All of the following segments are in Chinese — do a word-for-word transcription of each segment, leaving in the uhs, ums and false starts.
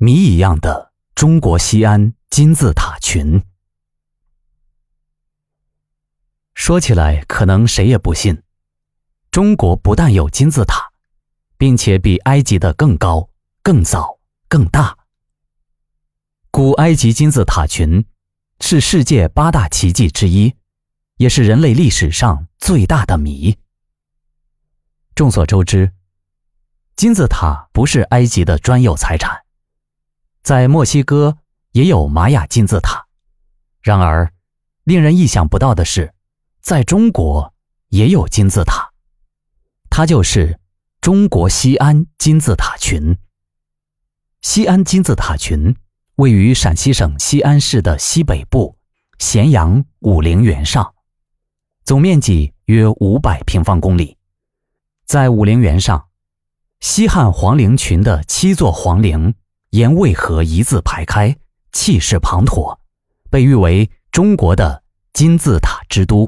谜一样的中国西安金字塔群。说起来可能谁也不信，中国不但有金字塔，并且比埃及的更高、更早、更大。古埃及金字塔群是世界八大奇迹之一，也是人类历史上最大的谜。众所周知，金字塔不是埃及的专有财产，在墨西哥也有玛雅金字塔。然而，令人意想不到的是，在中国也有金字塔，它就是中国西安金字塔群。西安金字塔群位于陕西省西安市的西北部咸阳武陵源上，总面积约五百平方公里。在武陵源上，西汉皇陵群的七座皇陵沿渭河一字排开，气势磅礴，被誉为中国的金字塔之都。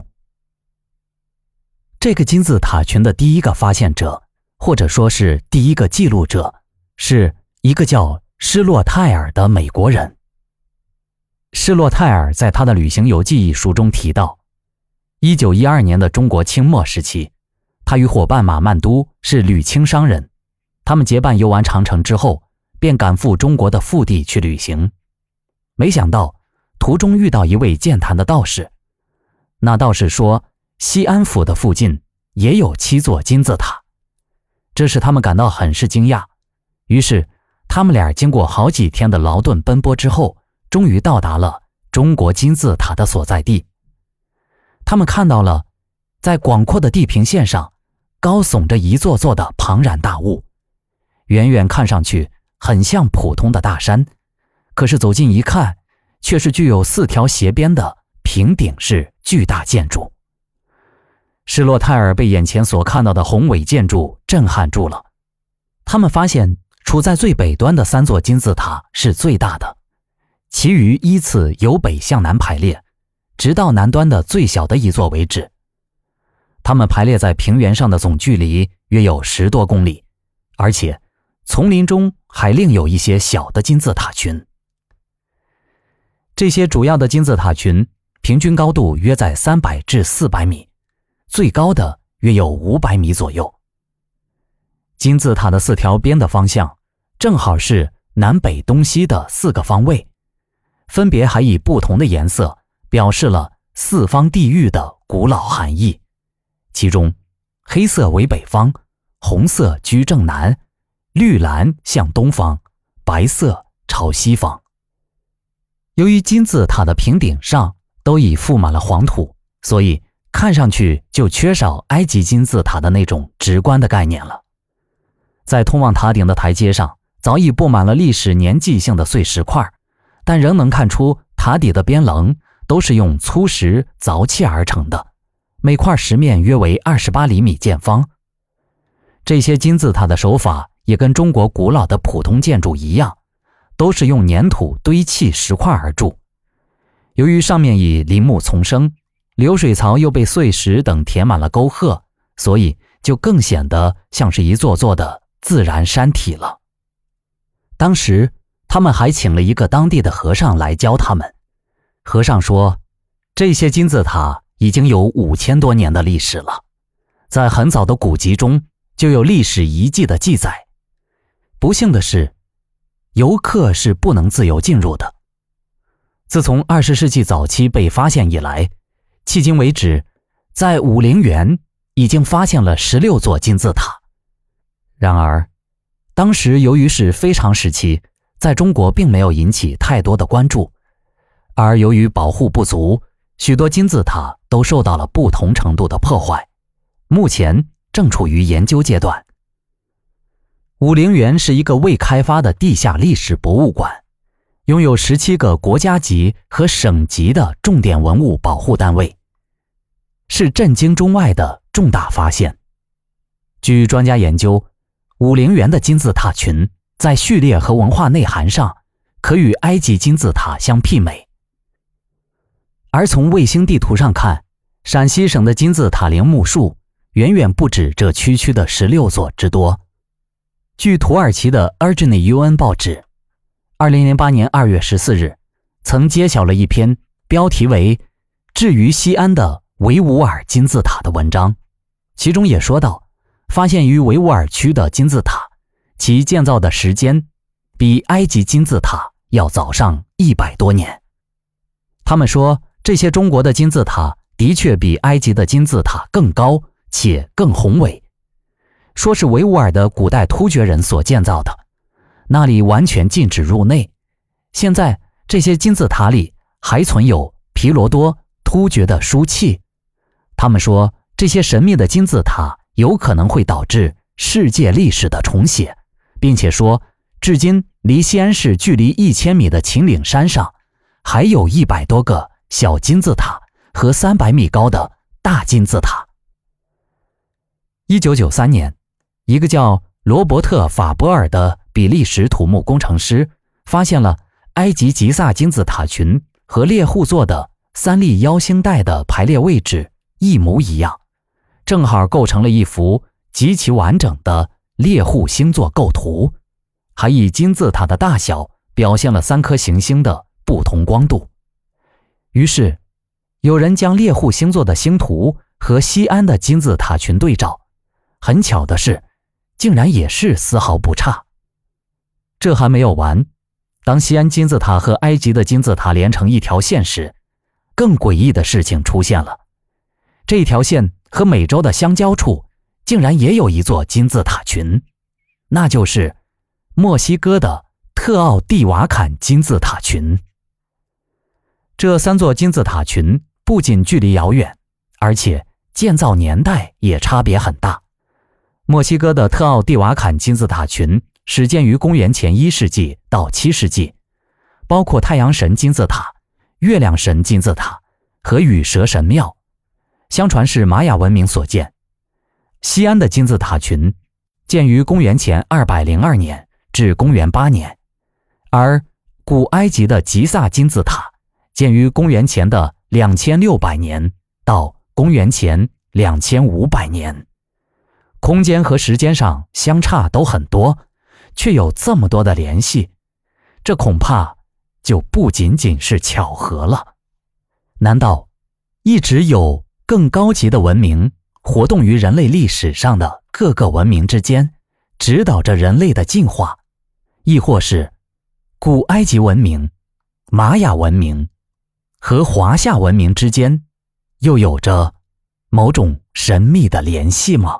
这个金字塔群的第一个发现者，或者说是第一个记录者，是一个叫施洛泰尔的美国人。施洛泰尔在他的旅行游记一书中提到，一九一二年的中国清末时期，他与伙伴马曼都是旅轻商人，他们结伴游完长城之后，便赶赴中国的腹地去旅行。没想到途中遇到一位健谈的道士，那道士说西安府的附近也有七座金字塔，这使他们感到很是惊讶。于是他们俩经过好几天的劳顿奔波之后，终于到达了中国金字塔的所在地。他们看到了在广阔的地平线上高耸着一座座的庞然大物，远远看上去很像普通的大山，可是走近一看，却是具有四条斜边的平顶式巨大建筑。施洛泰尔被眼前所看到的宏伟建筑震撼住了。他们发现处在最北端的三座金字塔是最大的，其余依次由北向南排列，直到南端的最小的一座为止。它们排列在平原上的总距离约有十多公里，而且丛林中还另有一些小的金字塔群。这些主要的金字塔群平均高度约在三百至四百米，最高的约有五百米左右。金字塔的四条边的方向正好是南北东西的四个方位，分别还以不同的颜色表示了四方地域的古老含义。其中黑色为北方，红色居正南，绿蓝向东方，白色朝西方。由于金字塔的平顶上都已覆满了黄土，所以看上去就缺少埃及金字塔的那种直观的概念了。在通往塔顶的台阶上早已布满了历史年纪性的碎石块，但仍能看出塔底的边棱都是用粗石凿砌而成的，每块石面约为二十八厘米见方。这些金字塔的手法也跟中国古老的普通建筑一样，都是用粘土堆砌石块而筑。由于上面以林木丛生，流水槽又被碎石等填满了沟壑，所以就更显得像是一座座的自然山体了。当时他们还请了一个当地的和尚来教他们。和尚说，这些金字塔已经有五千多年的历史了，在很早的古籍中就有历史遗迹的记载。不幸的是，游客是不能自由进入的。自从二十世纪早期被发现以来，迄今为止，在武陵源已经发现了十六座金字塔。然而，当时由于是非常时期，在中国并没有引起太多的关注，而由于保护不足，许多金字塔都受到了不同程度的破坏，目前正处于研究阶段。武陵源是一个未开发的地下历史博物馆，拥有十七个国家级和省级的重点文物保护单位，是震惊中外的重大发现。据专家研究，武陵源的金字塔群在序列和文化内涵上可与埃及金字塔相媲美。而从卫星地图上看，陕西省的金字塔陵墓数远远不止这区区的十六座之多。据土耳其的 Ergin U N 报纸， 二零零八年二月十四日，曾揭晓了一篇标题为《至于西安的维吾尔金字塔》的文章，其中也说到，发现于维吾尔区的金字塔，其建造的时间比埃及金字塔要早上一百多年。他们说，这些中国的金字塔的确比埃及的金字塔更高且更宏伟，说是维吾尔的古代突厥人所建造的，那里完全禁止入内。现在这些金字塔里还存有皮罗多突厥的书契。他们说，这些神秘的金字塔有可能会导致世界历史的重写，并且说，至今离西安市距离一千米的秦岭山上还有一百多个小金字塔和三百米高的大金字塔。一九九三年，一个叫罗伯特·法波尔的比利时土木工程师发现了埃及吉萨金字塔群和猎户座的三粒腰星带的排列位置一模一样，正好构成了一幅极其完整的猎户星座构图，还以金字塔的大小表现了三颗行星的不同光度。于是有人将猎户星座的星图和西安的金字塔群对照，很巧的是，竟然也是丝毫不差。这还没有完，当西安金字塔和埃及的金字塔连成一条线时，更诡异的事情出现了。这条线和美洲的相交处竟然也有一座金字塔群，那就是墨西哥的特奥蒂瓦坎金字塔群。这三座金字塔群不仅距离遥远，而且建造年代也差别很大。墨西哥的特奥蒂瓦坎金字塔群始建于公元前一世纪到七世纪，包括太阳神金字塔、月亮神金字塔和羽蛇神庙，相传是玛雅文明所建。西安的金字塔群建于公元前二百零二年至公元八年，而古埃及的吉萨金字塔建于公元前的两千六百年到公元前两千五百年。空间和时间上相差都很多，却有这么多的联系，这恐怕就不仅仅是巧合了。难道一直有更高级的文明活动于人类历史上的各个文明之间，指导着人类的进化？亦或是古埃及文明、玛雅文明和华夏文明之间又有着某种神秘的联系吗？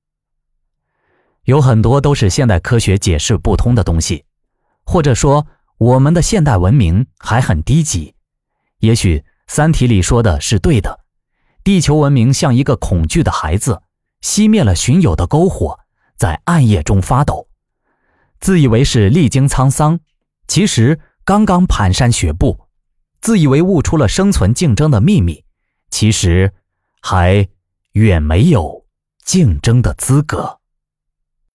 有很多都是现代科学解释不通的东西，或者说我们的现代文明还很低级。也许三体里说的是对的，地球文明像一个恐惧的孩子，熄灭了寻有的篝火，在暗夜中发抖，自以为是历经沧桑，其实刚刚蹒跚学步，自以为悟出了生存竞争的秘密，其实还远没有竞争的资格。